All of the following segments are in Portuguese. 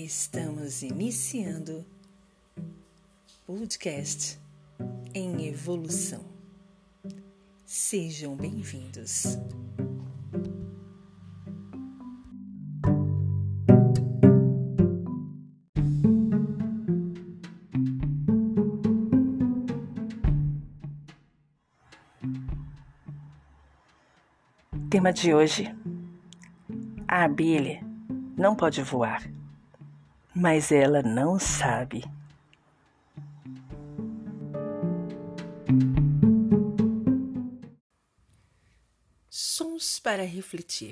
Estamos iniciando podcast em evolução. Sejam bem-vindos. Tema de hoje: a abelha não pode voar, mas ela não sabe. Sons para refletir.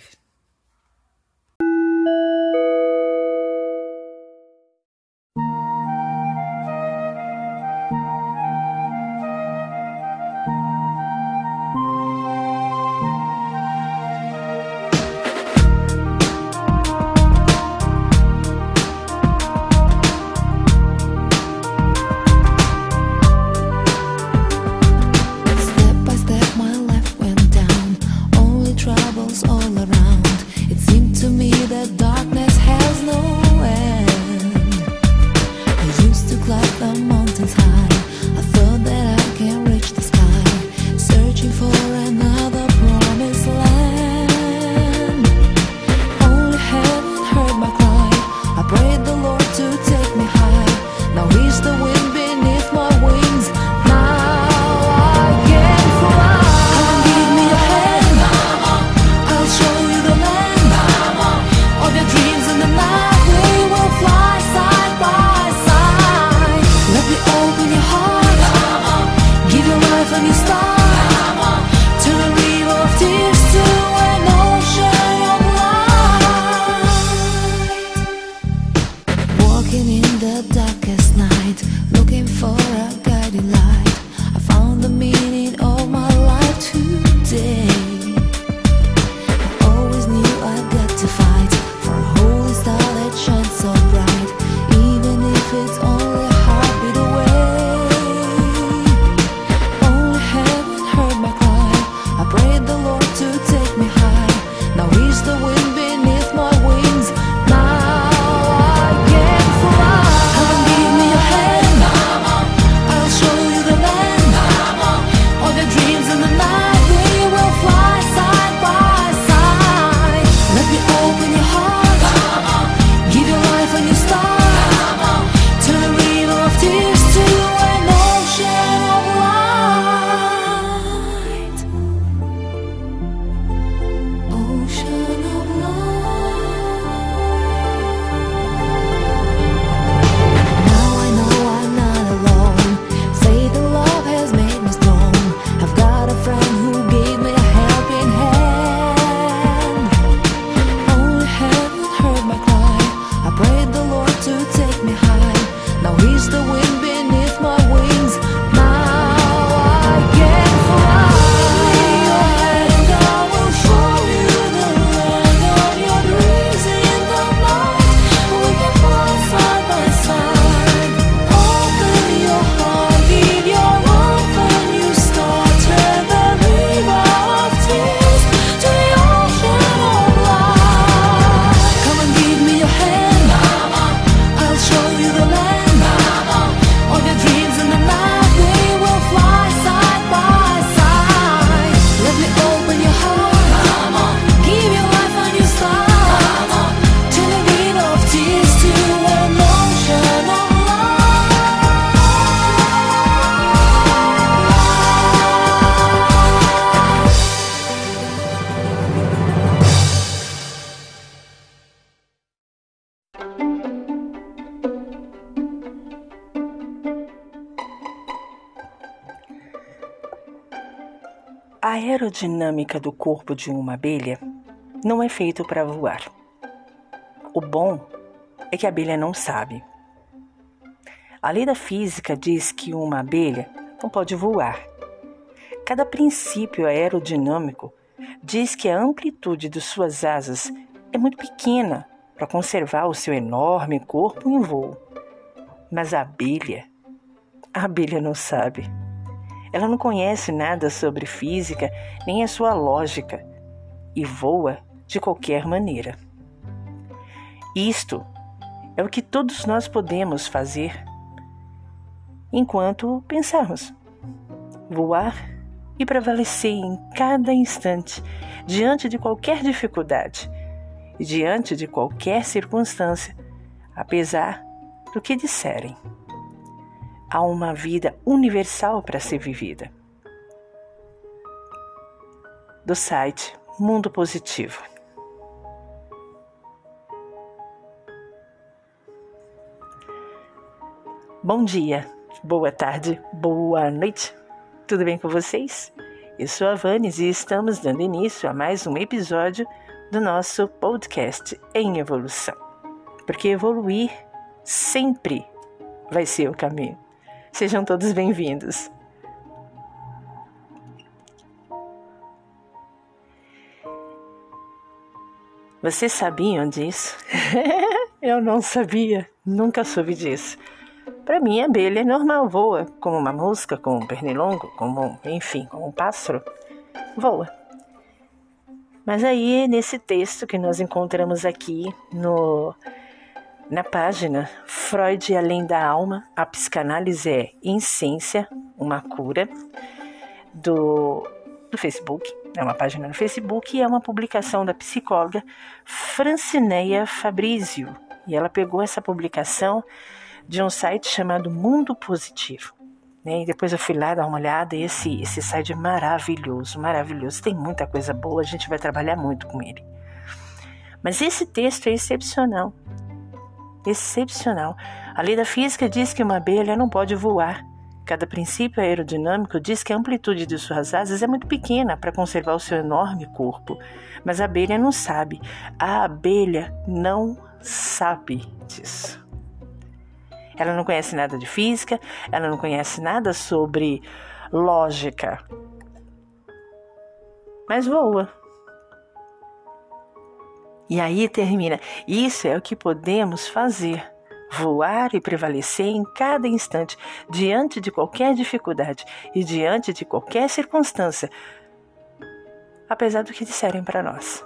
A aerodinâmica do corpo de uma abelha não é feito para voar. O bom é que a abelha não sabe. A lei da física diz que uma abelha não pode voar. Cada princípio aerodinâmico diz que a amplitude de suas asas é muito pequena para conservar o seu enorme corpo em voo. Mas a abelha não sabe. Ela não conhece nada sobre física nem a sua lógica e voa de qualquer maneira. Isto É o que todos nós podemos fazer enquanto pensarmos. Voar e prevalecer em cada instante, diante de qualquer dificuldade e diante de qualquer circunstância, apesar do que disserem. Há uma vida universal para ser vivida. Do site Mundo Positivo. Bom dia, boa tarde, boa noite. Tudo bem com vocês? Eu sou a Vanes e estamos dando início a mais um episódio do nosso podcast em evolução. Porque evoluir sempre vai ser o caminho. Sejam todos bem-vindos. Vocês sabiam disso? Eu não sabia, nunca soube disso. Para mim, a abelha é normal, voa, como uma mosca, como um pernilongo, como um pássaro, voa. Mas aí, nesse texto que nós encontramos aqui na página Freud Além da Alma, a psicanálise é em ciência, uma cura, do Facebook, é uma página no Facebook e é uma publicação da psicóloga Francineia Fabrizio. E ela pegou essa publicação de um site chamado Mundo Positivo. E depois eu fui lá dar uma olhada e esse site é maravilhoso, maravilhoso. Tem muita coisa boa, a gente vai trabalhar muito com ele. Mas esse texto é excepcional. Excepcional. A lei da física diz que uma abelha não pode voar. Cada princípio aerodinâmico diz que a amplitude de suas asas é muito pequena para conservar o seu enorme corpo. Mas a abelha não sabe. A abelha não sabe disso. Ela não conhece nada de física, ela não conhece nada sobre lógica. Mas voa. E aí termina. Isso é o que podemos fazer. Voar e prevalecer em cada instante, diante de qualquer dificuldade e diante de qualquer circunstância, apesar do que disserem para nós.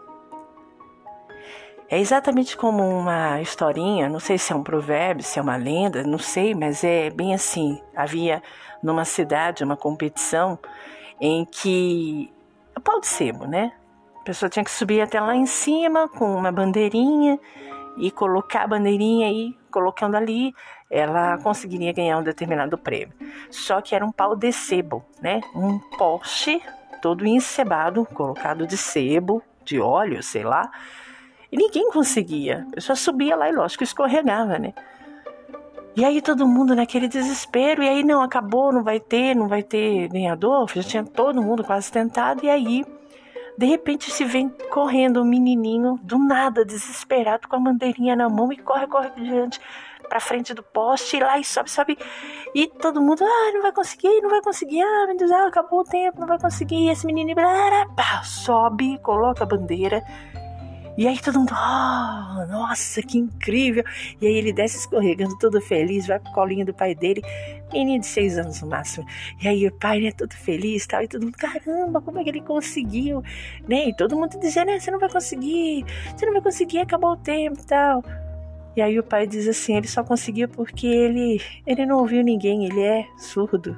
É exatamente como uma historinha, não sei se é um provérbio, se é uma lenda, não sei, mas é bem assim. Havia numa cidade uma competição em que... pau de sebo, né? A pessoa tinha que subir até lá em cima com uma bandeirinha e colocar a bandeirinha aí, colocando ali, ela conseguiria ganhar um determinado prêmio. Só que era um pau de sebo, né? Um poste todo encebado, colocado de sebo, de óleo, sei lá. E ninguém conseguia. A pessoa subia lá e, lógico, escorregava, né? E aí todo mundo naquele desespero. E aí, não, acabou, não vai ter ganhador. Já tinha todo mundo quase tentado. E aí, de repente, se vem correndo um menininho, do nada, desesperado, com a bandeirinha na mão. E corre diante, pra frente do poste. E lá, e sobe. E todo mundo, não vai conseguir. Meu Deus, acabou o tempo, não vai conseguir. E esse menininho, sobe, coloca a bandeira. E aí todo mundo, nossa, que incrível. E aí ele desce escorregando, todo feliz, vai pro colinho do pai dele, menino de 6 anos no máximo. E aí o pai, né, todo feliz, tal, e todo mundo, caramba, como é que ele conseguiu? Né? E todo mundo dizendo, você não vai conseguir, acabou o tempo e tal. E aí o pai diz assim, ele só conseguiu porque ele não ouviu ninguém, ele é surdo.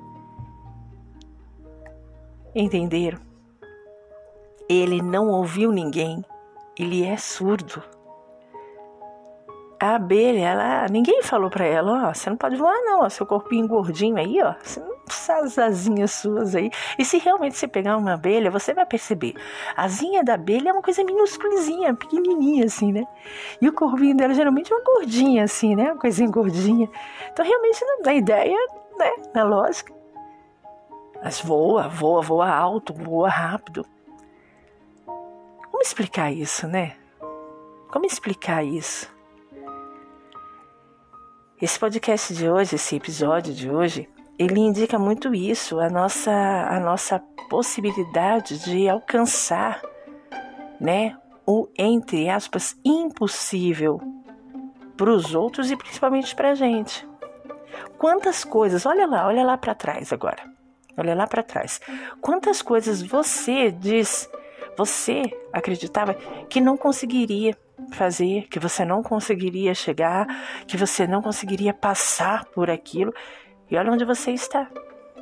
Entenderam? Ele não ouviu ninguém. Ele é surdo. A abelha, ninguém falou pra ela, você não pode voar não, seu corpinho gordinho aí, essas asinhas suas aí. E se realmente você pegar uma abelha, você vai perceber. A asinha da abelha é uma coisa minúsculazinha, pequenininha assim, né? E o corpinho dela geralmente é uma gordinha assim, né? Uma coisinha gordinha. Então realmente não dá ideia, né? Na lógica. Mas voa alto, voa rápido. Como explicar isso, né? Como explicar isso? Esse podcast de hoje, esse episódio de hoje, ele indica muito isso, a nossa possibilidade de alcançar, né, o, entre aspas, impossível para os outros e principalmente para a gente. Quantas coisas, olha lá para trás agora, olha lá para trás. Quantas coisas você acreditava que não conseguiria, fazer, que você não conseguiria chegar, que você não conseguiria passar por aquilo. E olha onde você está.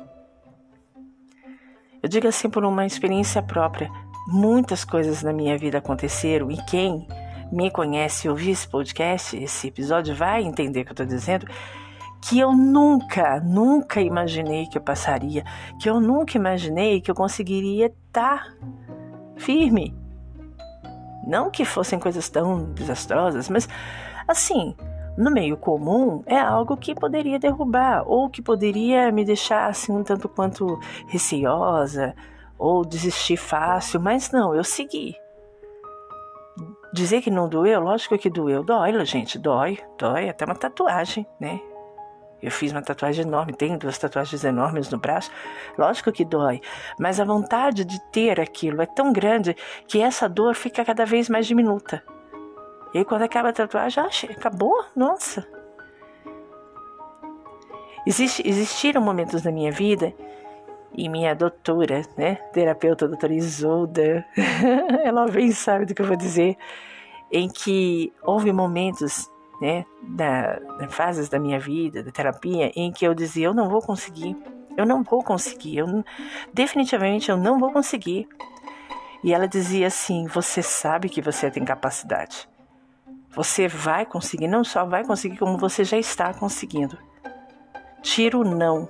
Eu digo assim por uma experiência própria. Muitas coisas na minha vida aconteceram e quem me conhece e ouvir esse podcast, esse episódio, vai entender o que eu estou dizendo, que eu nunca imaginei que eu passaria, que eu nunca imaginei que eu conseguiria estar firme. Não que fossem coisas tão desastrosas, mas assim, no meio comum é algo que poderia derrubar ou que poderia me deixar assim um tanto quanto receosa ou desistir fácil, mas não, eu segui. Dizer que não doeu, lógico que doeu. Dói, gente, dói até uma tatuagem, né? Eu fiz uma tatuagem enorme, tenho 2 tatuagens enormes no braço, lógico que dói, mas a vontade de ter aquilo é tão grande que essa dor fica cada vez mais diminuta. E aí quando acaba a tatuagem, acabou, nossa. Existiram momentos na minha vida, e minha doutora, né, terapeuta, doutora Isolda, ela bem sabe do que eu vou dizer, em que houve momentos, né, fases da minha vida, da terapia, em que eu dizia, eu não vou conseguir, definitivamente eu não vou conseguir. E ela dizia assim, você sabe que você tem capacidade, você vai conseguir, não só vai conseguir, como você já está conseguindo. Tira o não.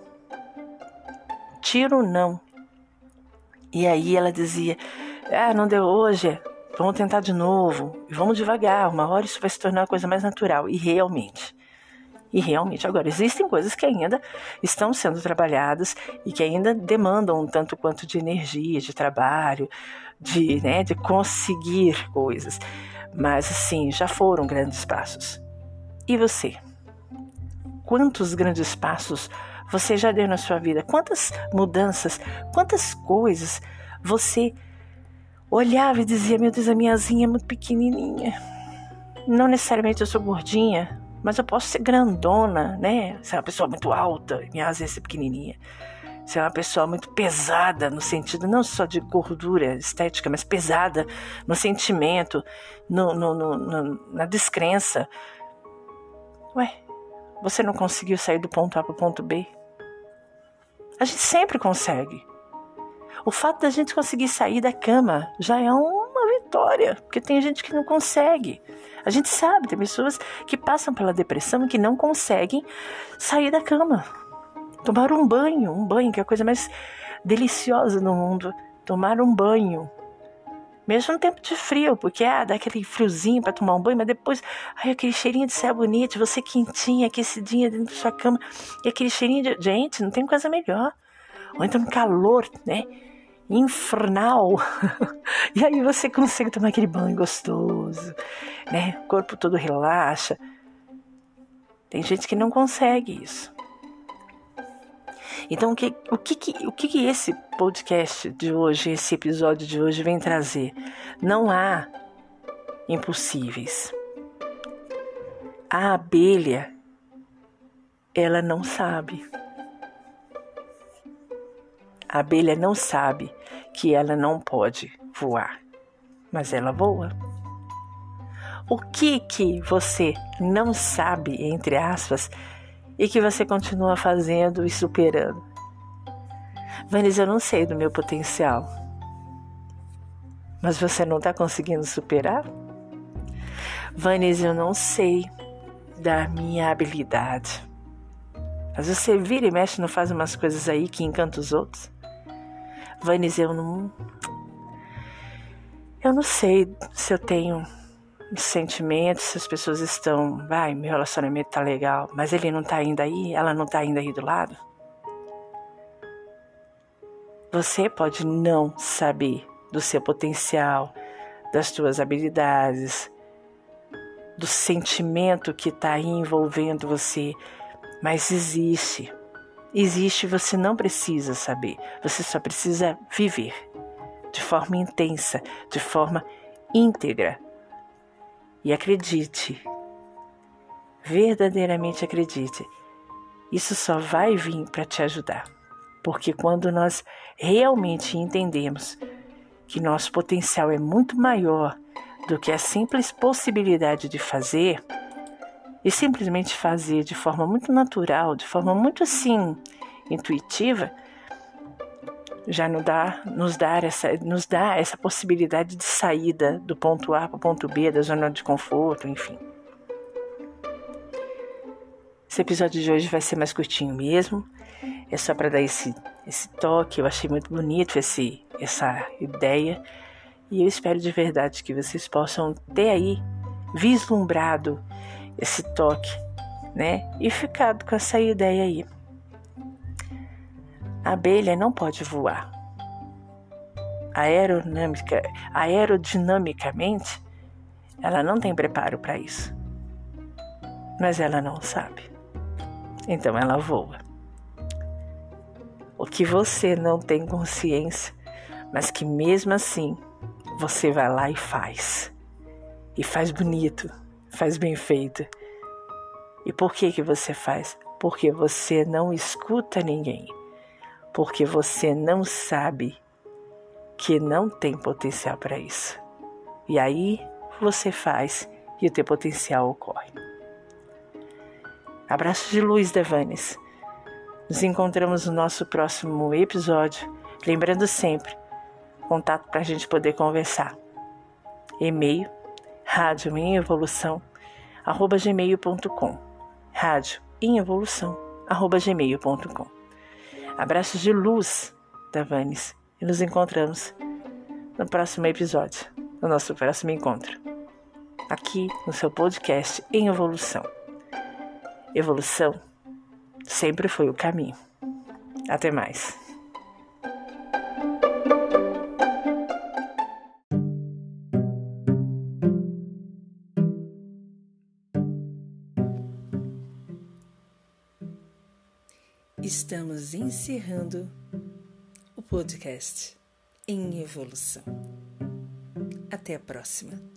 E aí ela dizia, não deu hoje, vamos tentar de novo, vamos devagar, uma hora isso vai se tornar uma coisa mais natural. E realmente, agora existem coisas que ainda estão sendo trabalhadas e que ainda demandam um tanto quanto de energia, de trabalho, de conseguir coisas. Mas assim, já foram grandes passos. E você? Quantos grandes passos você já deu na sua vida? Quantas mudanças, quantas coisas você olhava e dizia, meu Deus, a minha asinha é muito pequenininha. Não necessariamente eu sou gordinha, mas eu posso ser grandona, né? Ser uma pessoa muito alta, minha asa é ser pequenininha. Ser uma pessoa muito pesada no sentido não só de gordura estética, mas pesada no sentimento, na descrença. Você não conseguiu sair do ponto A para o ponto B? A gente sempre consegue. O fato da gente conseguir sair da cama já é uma vitória, porque tem gente que não consegue. A gente sabe, tem pessoas que passam pela depressão e que não conseguem sair da cama. Tomar um banho, que é a coisa mais deliciosa no mundo. Tomar um banho. Mesmo no tempo de frio, porque dá aquele friozinho para tomar um banho, mas depois, aquele cheirinho de sabonete, você quentinha, aquecidinha dentro da sua cama, e aquele cheirinho de... Gente, não tem coisa melhor. Ou então um calor, né? Infernal. E aí você consegue tomar aquele banho gostoso, né? O corpo todo relaxa. Tem gente que não consegue isso. Então, o que esse podcast de hoje, esse episódio de hoje vem trazer? Não há impossíveis. A abelha, ela não sabe. A abelha não sabe que ela não pode voar, mas ela voa. O que você não sabe, entre aspas, e que você continua fazendo e superando? Vanessa, eu não sei do meu potencial. Mas você não está conseguindo superar? Vanessa, eu não sei da minha habilidade. Mas você vira e mexe, não faz umas coisas aí que encantam os outros? Vanessa, eu não sei se eu tenho sentimentos, se as pessoas estão, meu relacionamento tá legal, mas ele não tá ainda aí, ela não tá ainda aí do lado. Você pode não saber do seu potencial, das suas habilidades, do sentimento que tá aí envolvendo você, mas existe, você não precisa saber, você só precisa viver de forma intensa, de forma íntegra. E acredite, verdadeiramente acredite, isso só vai vir para te ajudar. Porque quando nós realmente entendemos que nosso potencial é muito maior do que a simples possibilidade de fazer e simplesmente fazer de forma muito natural, de forma muito assim intuitiva, já nos dá essa possibilidade de saída do ponto A para o ponto B, da zona de conforto, enfim. Esse episódio de hoje vai ser mais curtinho mesmo, é só para dar esse toque. Eu achei muito bonito essa ideia e eu espero de verdade que vocês possam ter aí vislumbrado esse toque, né? E ficado com essa ideia aí. A abelha não pode voar. Aerodinamicamente, ela não tem preparo para isso. Mas ela não sabe. Então ela voa. O que você não tem consciência, mas que mesmo assim você vai lá e faz. E faz bonito, faz bem feito. E por que você faz? Porque você não escuta ninguém. Porque você não sabe que não tem potencial para isso. E aí você faz e o teu potencial ocorre. Abraço de luz, Devanes. Nos encontramos no nosso próximo episódio. Lembrando sempre, contato para a gente poder conversar. E-mail, radioemevolução@gmail.com. radioemevolução@gmail.com. Abraços de luz, Devanes. E nos encontramos no próximo episódio, no nosso próximo encontro. Aqui no seu podcast Em Evolução. Evolução sempre foi o caminho. Até mais. Estamos encerrando o podcast Em Evolução. Até a próxima.